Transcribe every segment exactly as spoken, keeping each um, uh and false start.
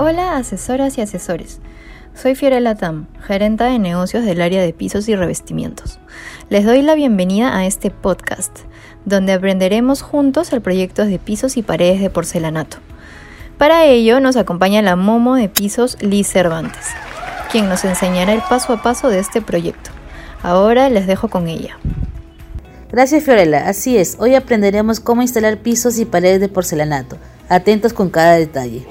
Hola asesoras y asesores, soy Fiorella Tam, gerenta de negocios del área de pisos y revestimientos. Les doy la bienvenida a este podcast, donde aprenderemos juntos el proyecto de pisos y paredes de porcelanato. Para ello nos acompaña la Momo de Pisos Liz Cervantes, quien nos enseñará el paso a paso de este proyecto. Ahora les dejo con ella. Gracias Fiorella, así es, hoy aprenderemos cómo instalar pisos y paredes de porcelanato. Atentos con cada detalle.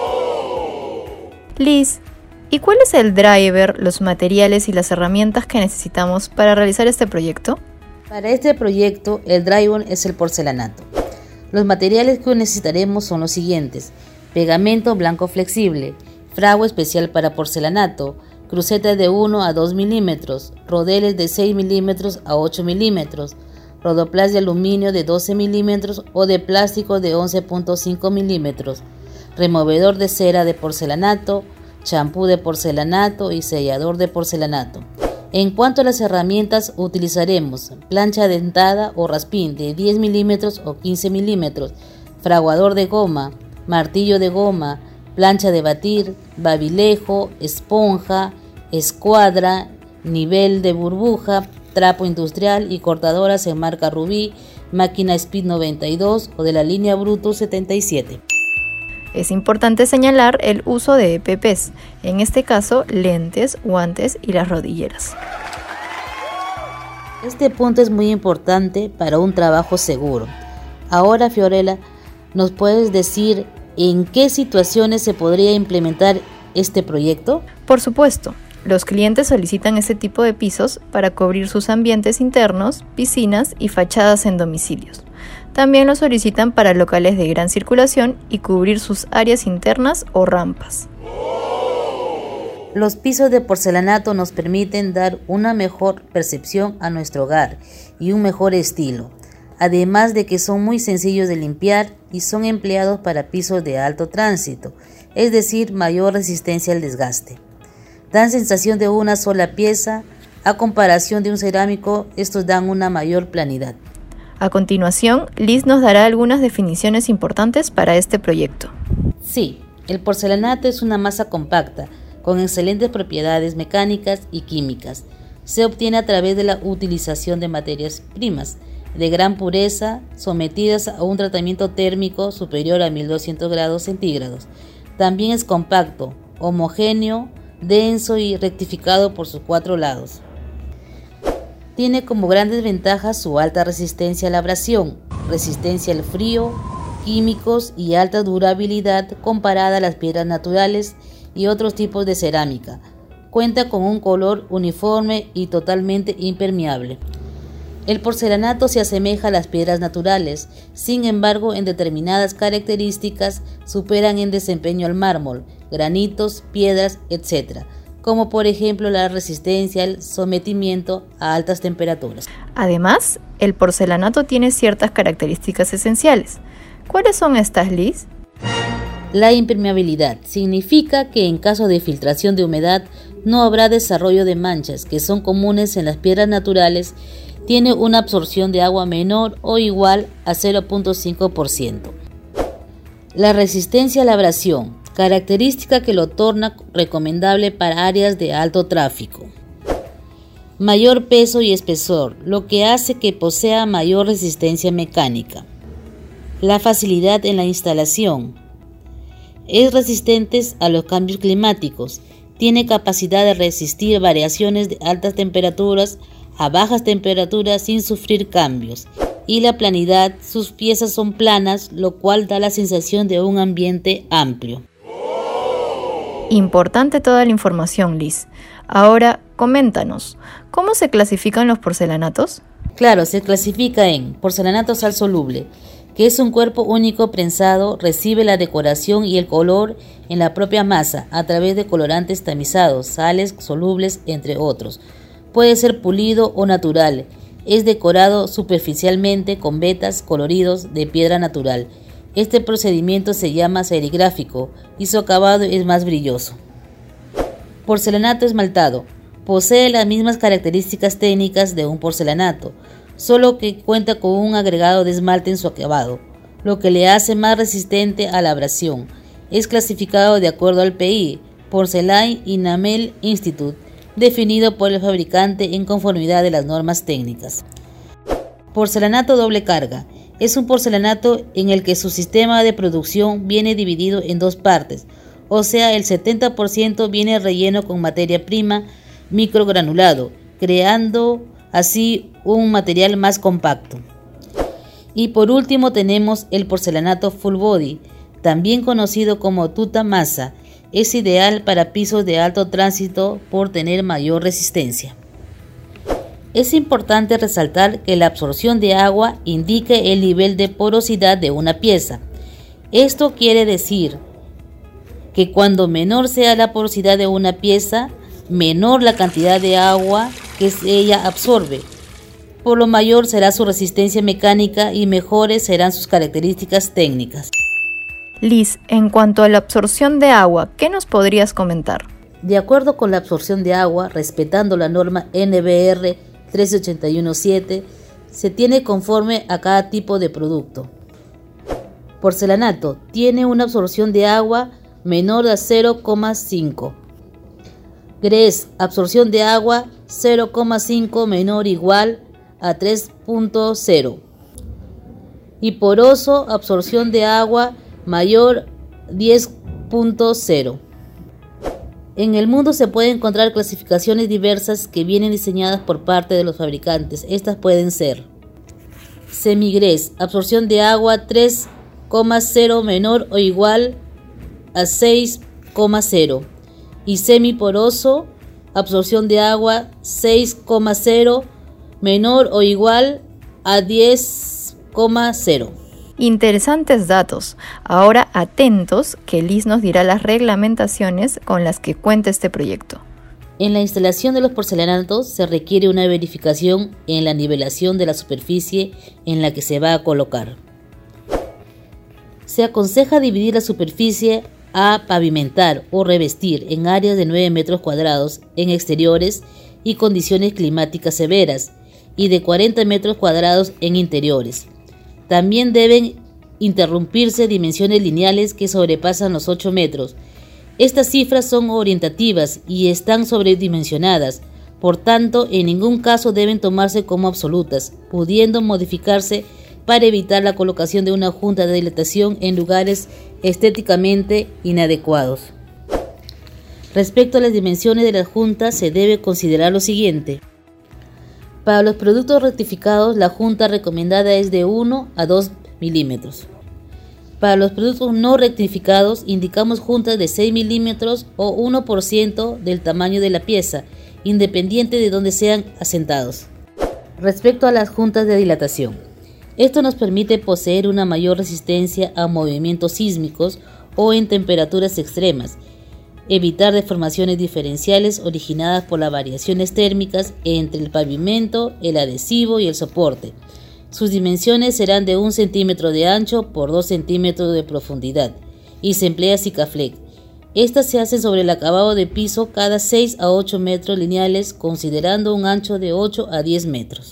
Liz, ¿y cuál es el driver, los materiales y las herramientas que necesitamos para realizar este proyecto? Para este proyecto, el driver es el porcelanato. Los materiales que necesitaremos son los siguientes: pegamento blanco flexible, fragua especial para porcelanato, crucetas de uno a dos milímetros, rodeles de seis milímetros a ocho milímetros, rodoplast de aluminio de doce milímetros o de plástico de once punto cinco milímetros, removedor de cera de porcelanato, champú de porcelanato y sellador de porcelanato. En cuanto a las herramientas, utilizaremos plancha dentada o raspín de diez milímetros o quince milímetros, fraguador de goma, martillo de goma, plancha de batir, babilejo, esponja, escuadra, nivel de burbuja, trapo industrial y cortadoras en marca Rubí, máquina Speed noventa y dos o de la línea Brutus setenta y siete. Es importante señalar el uso de E P Pes, en este caso lentes, guantes y las rodilleras. Este punto es muy importante para un trabajo seguro. Ahora, Fiorella, ¿nos puedes decir en qué situaciones se podría implementar este proyecto? Por supuesto, los clientes solicitan este tipo de pisos para cubrir sus ambientes internos, piscinas y fachadas en domicilios. También lo solicitan para locales de gran circulación y cubrir sus áreas internas o rampas. Los pisos de porcelanato nos permiten dar una mejor percepción a nuestro hogar y un mejor estilo, además de que son muy sencillos de limpiar y son empleados para pisos de alto tránsito, es decir, mayor resistencia al desgaste. Dan sensación de una sola pieza, a comparación de un cerámico, estos dan una mayor planidad. A continuación, Liz nos dará algunas definiciones importantes para este proyecto. Sí, el porcelanato es una masa compacta, con excelentes propiedades mecánicas y químicas. Se obtiene a través de la utilización de materias primas de gran pureza, sometidas a un tratamiento térmico superior a mil doscientos grados centígrados. También es compacto, homogéneo, denso y rectificado por sus cuatro lados. Tiene como grandes ventajas su alta resistencia a la abrasión, resistencia al frío, químicos y alta durabilidad comparada a las piedras naturales y otros tipos de cerámica. Cuenta con un color uniforme y totalmente impermeable. El porcelanato se asemeja a las piedras naturales, sin embargo, en determinadas características superan en desempeño al mármol, granitos, piedras, etcétera, como por ejemplo la resistencia al sometimiento a altas temperaturas. Además, el porcelanato tiene ciertas características esenciales. ¿Cuáles son estas, Liz? La impermeabilidad significa que en caso de filtración de humedad no habrá desarrollo de manchas, que son comunes en las piedras naturales. Tiene una absorción de agua menor o igual a cero punto cinco por ciento. La resistencia a la abrasión, característica que lo torna recomendable para áreas de alto tráfico. Mayor peso y espesor, lo que hace que posea mayor resistencia mecánica. La facilidad en la instalación. Es resistente a los cambios climáticos. Tiene capacidad de resistir variaciones de altas temperaturas a bajas temperaturas sin sufrir cambios. Y la planidad, sus piezas son planas, lo cual da la sensación de un ambiente amplio. Importante toda la información, Liz. Ahora, coméntanos, ¿cómo se clasifican los porcelanatos? Claro, se clasifica en porcelanato sal soluble, que es un cuerpo único prensado, recibe la decoración y el color en la propia masa a través de colorantes tamizados, sales solubles, entre otros. Puede ser pulido o natural. Es decorado superficialmente con vetas coloridos de piedra natural. Este procedimiento se llama serigráfico y su acabado es más brilloso. Porcelanato esmaltado. Posee las mismas características técnicas de un porcelanato, solo que cuenta con un agregado de esmalte en su acabado, lo que le hace más resistente a la abrasión. es clasificado de acuerdo al P I, Porcelain Enamel Institute, definido por el fabricante en conformidad de las normas técnicas. Porcelanato doble carga. Es un porcelanato en el que su sistema de producción viene dividido en dos partes, o sea, el setenta por ciento viene relleno con materia prima microgranulado, creando así un material más compacto. Y por último tenemos el porcelanato full body, también conocido como tuta masa. Es ideal para pisos de alto tránsito por tener mayor resistencia. Es importante resaltar que la absorción de agua indica el nivel de porosidad de una pieza. Esto quiere decir que cuando menor sea la porosidad de una pieza, menor la cantidad de agua que ella absorbe. Por lo mayor será su resistencia mecánica y mejores serán sus características técnicas. Liz, en cuanto a la absorción de agua, ¿qué nos podrías comentar? De acuerdo con la absorción de agua, respetando la norma N B R trece ochenta y uno siete, se tiene conforme a cada tipo de producto. Porcelanato tiene una absorción de agua menor a cero coma cinco. Grés, absorción de agua cero coma cinco menor o igual a tres punto cero. Y poroso, absorción de agua mayor diez punto cero. En el mundo se pueden encontrar clasificaciones diversas que vienen diseñadas por parte de los fabricantes. Estas pueden ser semigrés, absorción de agua tres coma cero menor o igual a seis coma cero, y semiporoso, absorción de agua seis coma cero menor o igual a diez coma cero. Interesantes datos. Ahora atentos que Liz nos dirá las reglamentaciones con las que cuenta este proyecto. En la instalación de los porcelanatos se requiere una verificación en la nivelación de la superficie en la que se va a colocar. Se aconseja dividir la superficie a pavimentar o revestir en áreas de nueve metros cuadrados en exteriores y condiciones climáticas severas y de cuarenta metros cuadrados en interiores. También deben interrumpirse dimensiones lineales que sobrepasan los ocho metros. Estas cifras son orientativas y están sobredimensionadas, por tanto, en ningún caso deben tomarse como absolutas, pudiendo modificarse para evitar la colocación de una junta de dilatación en lugares estéticamente inadecuados. Respecto a las dimensiones de la junta, se debe considerar lo siguiente. Para los productos rectificados, la junta recomendada es de uno a dos milímetros. Para los productos no rectificados, indicamos juntas de seis milímetros o uno por ciento del tamaño de la pieza, independiente de donde sean asentados. Respecto a las juntas de dilatación, esto nos permite poseer una mayor resistencia a movimientos sísmicos o en temperaturas extremas, evitar deformaciones diferenciales originadas por las variaciones térmicas entre el pavimento, el adhesivo y el soporte. Sus dimensiones serán de un centímetro de ancho por dos centímetros de profundidad y se emplea Sikaflex. Estas se hacen sobre el acabado de piso cada seis a ocho metros lineales, considerando un ancho de ocho a diez metros.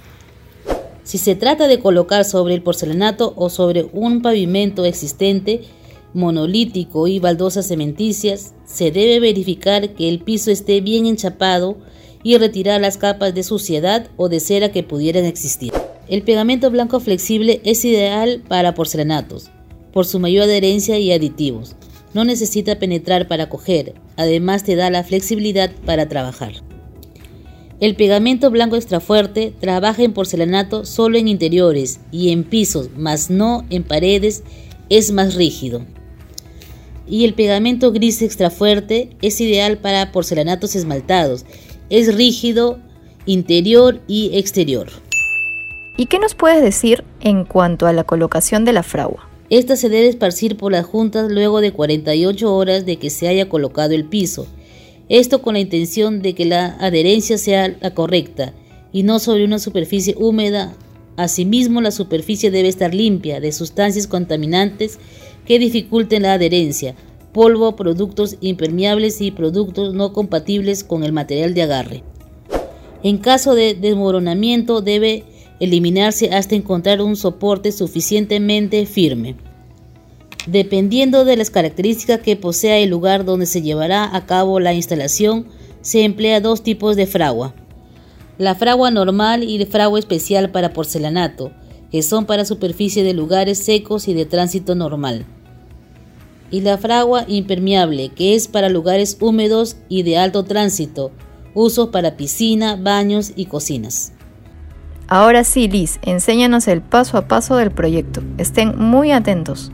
Si se trata de colocar sobre el porcelanato o sobre un pavimento existente, monolítico y baldosas cementicias, se debe verificar que el piso esté bien enchapado y retirar las capas de suciedad o de cera que pudieran existir. El pegamento blanco flexible es ideal para porcelanatos, por su mayor adherencia y aditivos. No necesita penetrar para coger, además te da la flexibilidad para trabajar. El pegamento blanco extra fuerte trabaja en porcelanato solo en interiores y en pisos, mas no en paredes, es más rígido. Y el pegamento gris extra fuerte es ideal para porcelanatos esmaltados, es rígido interior y exterior. ¿Y qué nos puedes decir en cuanto a la colocación de la fragua? Esta se debe esparcir por las juntas luego de cuarenta y ocho horas de que se haya colocado el piso. Esto con la intención de que la adherencia sea la correcta y no sobre una superficie húmeda. Asimismo, la superficie debe estar limpia de sustancias contaminantes que dificulten la adherencia, polvo, productos impermeables y productos no compatibles con el material de agarre. En caso de desmoronamiento debe eliminarse hasta encontrar un soporte suficientemente firme. Dependiendo de las características que posea el lugar donde se llevará a cabo la instalación, se emplea dos tipos de fragua. La fragua normal y la fragua especial para porcelanato, que son para superficie de lugares secos y de tránsito normal. Y la fragua impermeable, que es para lugares húmedos y de alto tránsito, usos para piscina, baños y cocinas. Ahora sí, Liz, enséñanos el paso a paso del proyecto. Estén muy atentos.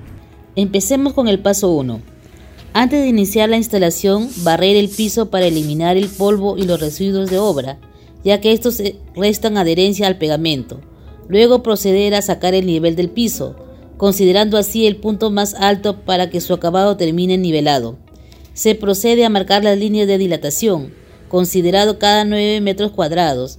Empecemos con el paso uno. Antes de iniciar la instalación, barrer el piso para eliminar el polvo y los residuos de obra, ya que estos restan adherencia al pegamento. Luego proceder a sacar el nivel del piso, considerando así el punto más alto para que su acabado termine nivelado. Se procede a marcar las líneas de dilatación, considerado cada nueve metros cuadrados,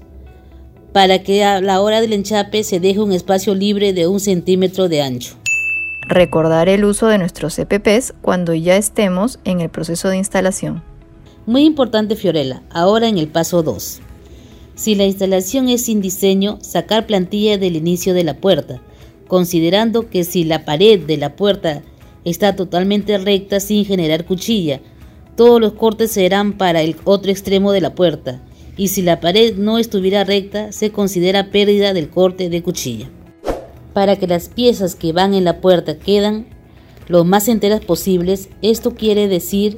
para que a la hora del enchape se deje un espacio libre de un centímetro de ancho. Recordar el uso de nuestros C P Ps cuando ya estemos en el proceso de instalación. Muy importante, Fiorella, ahora en el paso dos. Si la instalación es sin diseño, sacar plantilla del inicio de la puerta, considerando que si la pared de la puerta está totalmente recta sin generar cuchilla, todos los cortes serán para el otro extremo de la puerta, y si la pared no estuviera recta, se considera pérdida del corte de cuchilla. Para que las piezas que van en la puerta quedan lo más enteras posibles, esto quiere decir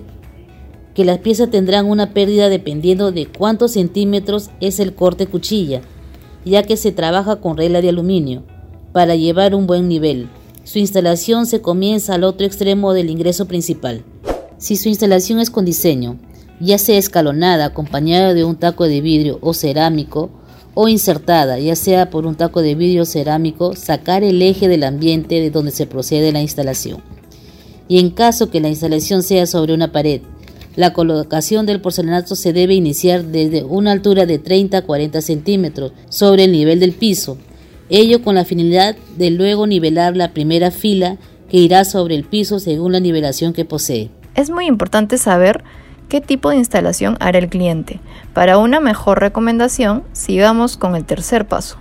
que las piezas tendrán una pérdida dependiendo de cuántos centímetros es el corte cuchilla, ya que se trabaja con regla de aluminio, para llevar un buen nivel. Su instalación se comienza al otro extremo del ingreso principal. Si su instalación es con diseño, ya sea escalonada acompañada de un taco de vidrio o cerámico, o insertada, ya sea por un taco de vidrio cerámico, sacar el eje del ambiente de donde se procede la instalación. Y en caso que la instalación sea sobre una pared, la colocación del porcelanato se debe iniciar desde una altura de treinta a cuarenta centímetros sobre el nivel del piso, ello con la finalidad de luego nivelar la primera fila que irá sobre el piso según la nivelación que posee. Es muy importante saber qué tipo de instalación hará el cliente. Para una mejor recomendación, sigamos con el tercer paso.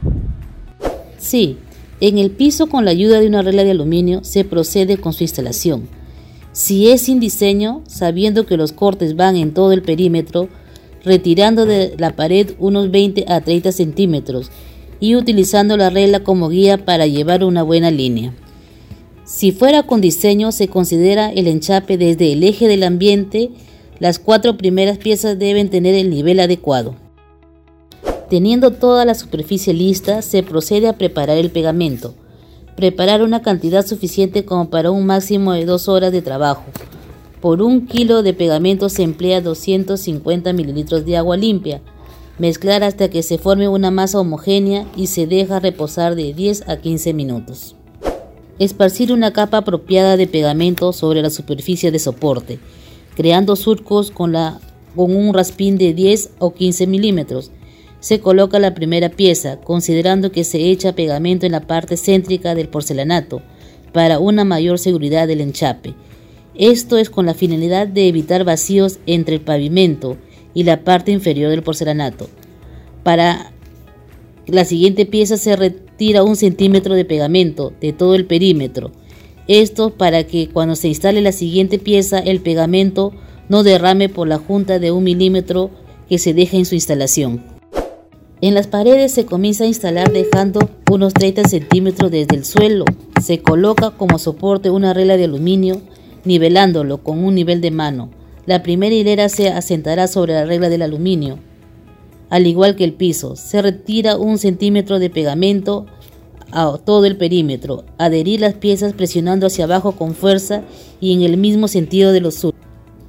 Sí, en el piso con la ayuda de una regla de aluminio se procede con su instalación. Si es sin diseño, sabiendo que los cortes van en todo el perímetro, retirando de la pared unos veinte a treinta centímetros y utilizando la regla como guía para llevar una buena línea. Si fuera con diseño, se considera el enchape desde el eje del ambiente. Las cuatro primeras piezas deben tener el nivel adecuado. Teniendo toda la superficie lista, se procede a preparar el pegamento. Preparar una cantidad suficiente como para un máximo de dos horas de trabajo. Por un kilo de pegamento se emplea doscientos cincuenta mililitros de agua limpia. Mezclar hasta que se forme una masa homogénea y se deja reposar de diez a quince minutos. Esparcir una capa apropiada de pegamento sobre la superficie de soporte, creando surcos con, la, con un raspín de diez o quince milímetros. Se coloca la primera pieza, considerando que se echa pegamento en la parte céntrica del porcelanato, para una mayor seguridad del enchape. Esto es con la finalidad de evitar vacíos entre el pavimento y la parte inferior del porcelanato. Para la siguiente pieza se retira un centímetro de pegamento de todo el perímetro. Esto para que cuando se instale la siguiente pieza el pegamento no derrame por la junta de un milímetro que se deja en su instalación. En las paredes se comienza a instalar dejando unos treinta centímetros desde el suelo. Se coloca como soporte una regla de aluminio, nivelándolo con un nivel de mano. La primera hilera se asentará sobre la regla del aluminio, al igual que el piso. Se retira un centímetro de pegamento a todo el perímetro. Adherir las piezas presionando hacia abajo con fuerza y en el mismo sentido de los surcos.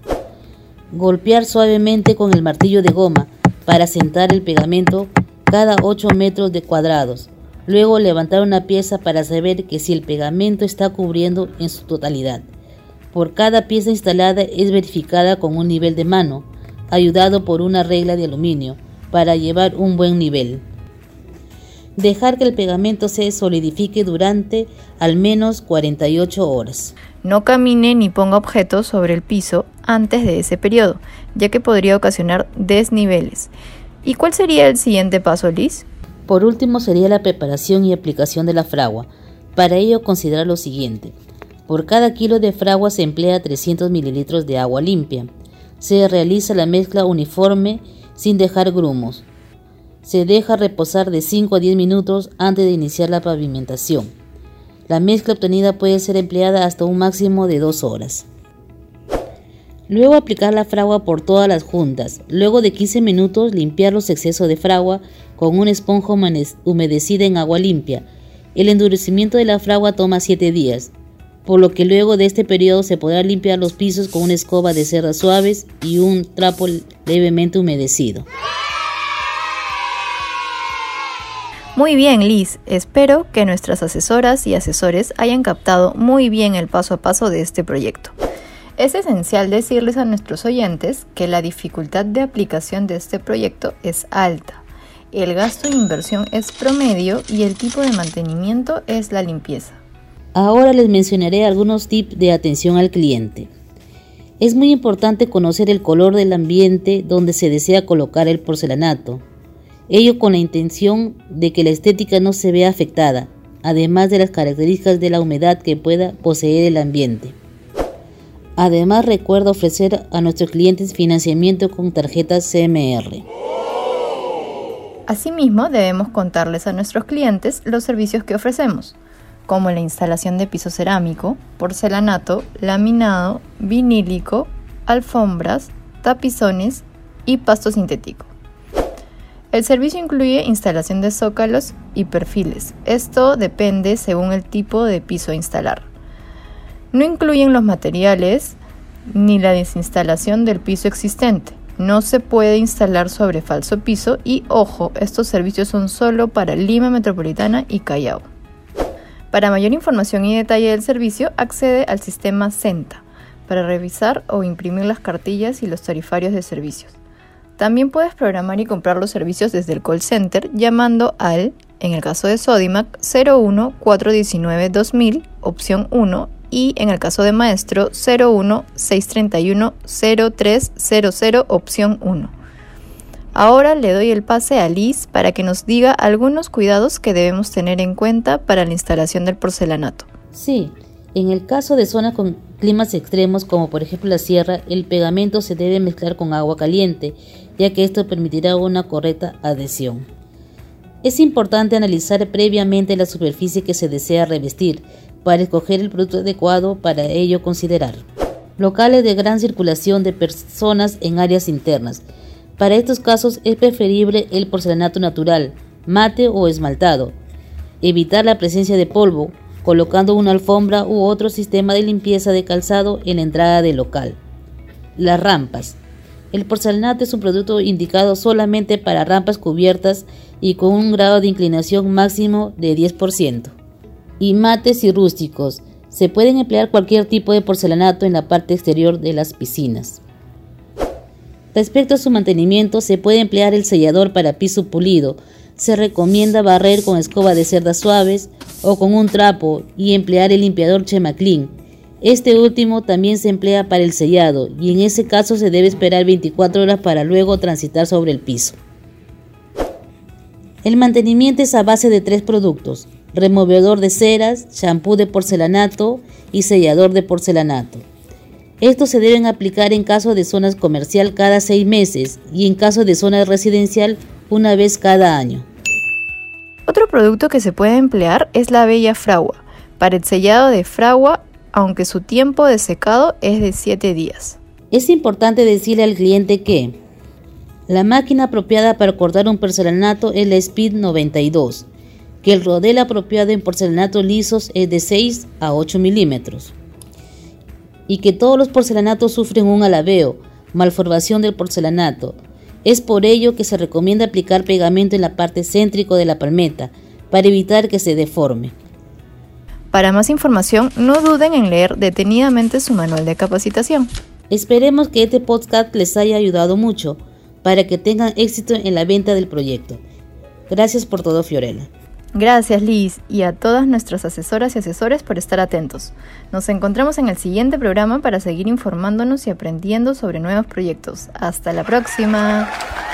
Golpear suavemente con el martillo de goma para asentar el pegamento cada ocho metros de cuadrados. Luego levantar una pieza para saber que si el pegamento está cubriendo en su totalidad. Por cada pieza instalada es verificada con un nivel de mano, ayudado por una regla de aluminio, para llevar un buen nivel. Dejar que el pegamento se solidifique durante al menos cuarenta y ocho horas. No camine ni ponga objetos sobre el piso antes de ese periodo, ya que podría ocasionar desniveles. ¿Y cuál sería el siguiente paso, Liz? Por último sería la preparación y aplicación de la fragua. Para ello considerar lo siguiente. Por cada kilo de fragua se emplea trescientos mililitros de agua limpia. Se realiza la mezcla uniforme sin dejar grumos. Se deja reposar de cinco a diez minutos antes de iniciar la pavimentación. La mezcla obtenida puede ser empleada hasta un máximo de dos horas. Luego aplicar la fragua por todas las juntas. Luego de quince minutos limpiar los excesos de fragua con una esponja humedecida en agua limpia. El endurecimiento de la fragua toma siete días, por lo que luego de este periodo se podrá limpiar los pisos con una escoba de cerdas suaves y un trapo levemente humedecido. Muy bien, Liz. Espero que nuestras asesoras y asesores hayan captado muy bien el paso a paso de este proyecto. Es esencial decirles a nuestros oyentes que la dificultad de aplicación de este proyecto es alta. El gasto de inversión es promedio y el tipo de mantenimiento es la limpieza. Ahora les mencionaré algunos tips de atención al cliente. Es muy importante conocer el color del ambiente donde se desea colocar el porcelanato. Ello con la intención de que la estética no se vea afectada, además de las características de la humedad que pueda poseer el ambiente. Además, recuerda ofrecer a nuestros clientes financiamiento con tarjetas C M R. Asimismo, debemos contarles a nuestros clientes los servicios que ofrecemos, como la instalación de piso cerámico, porcelanato, laminado, vinílico, alfombras, tapizones y pasto sintético. El servicio incluye instalación de zócalos y perfiles. Esto depende según el tipo de piso a instalar. No incluyen los materiales ni la desinstalación del piso existente. No se puede instalar sobre falso piso y, ojo, estos servicios son solo para Lima Metropolitana y Callao. Para mayor información y detalle del servicio, accede al sistema Senta para revisar o imprimir las cartillas y los tarifarios de servicios. También puedes programar y comprar los servicios desde el call center llamando al, en el caso de Sodimac, cero uno cuatro uno nueve dos mil, opción uno, y en el caso de Maestro, cero uno seis tres uno cero tres cero cero, opción uno. Ahora le doy el pase a Liz para que nos diga algunos cuidados que debemos tener en cuenta para la instalación del porcelanato. Sí, en el caso de zonas con climas extremos como por ejemplo la sierra, el pegamento se debe mezclar con agua caliente, ya que esto permitirá una correcta adhesión. Es importante analizar previamente la superficie que se desea revestir para escoger el producto adecuado. Para ello considerar locales de gran circulación de personas en áreas internas. Para estos casos es preferible el porcelanato natural, mate o esmaltado. Evitar la presencia de polvo, colocando una alfombra u otro sistema de limpieza de calzado en la entrada del local. Las rampas. El porcelanato es un producto indicado solamente para rampas cubiertas y con un grado de inclinación máximo de diez por ciento. Y mates y rústicos. Se pueden emplear cualquier tipo de porcelanato en la parte exterior de las piscinas. Respecto a su mantenimiento, se puede emplear el sellador para piso pulido. Se recomienda barrer con escoba de cerdas suaves o con un trapo y emplear el limpiador Chemaclean. Este último también se emplea para el sellado y en ese caso se debe esperar veinticuatro horas para luego transitar sobre el piso. El mantenimiento es a base de tres productos: removedor de ceras, champú de porcelanato y sellador de porcelanato. Estos se deben aplicar en caso de zonas comercial cada seis meses y en caso de zona residencial una vez cada año. Otro producto que se puede emplear es la bella fragua, para el sellado de fragua, aunque su tiempo de secado es de siete días. Es importante decirle al cliente que la máquina apropiada para cortar un porcelanato es la Speed noventa y dos, que el rodel apropiado en porcelanatos lisos es de seis a ocho milímetros, y que todos los porcelanatos sufren un alabeo, malformación del porcelanato. Es por ello que se recomienda aplicar pegamento en la parte céntrica de la palmeta para evitar que se deforme. Para más información, no duden en leer detenidamente su manual de capacitación. Esperemos que este podcast les haya ayudado mucho para que tengan éxito en la venta del proyecto. Gracias por todo, Fiorella. Gracias, Liz, y a todas nuestras asesoras y asesores por estar atentos. Nos encontramos en el siguiente programa para seguir informándonos y aprendiendo sobre nuevos proyectos. ¡Hasta la próxima!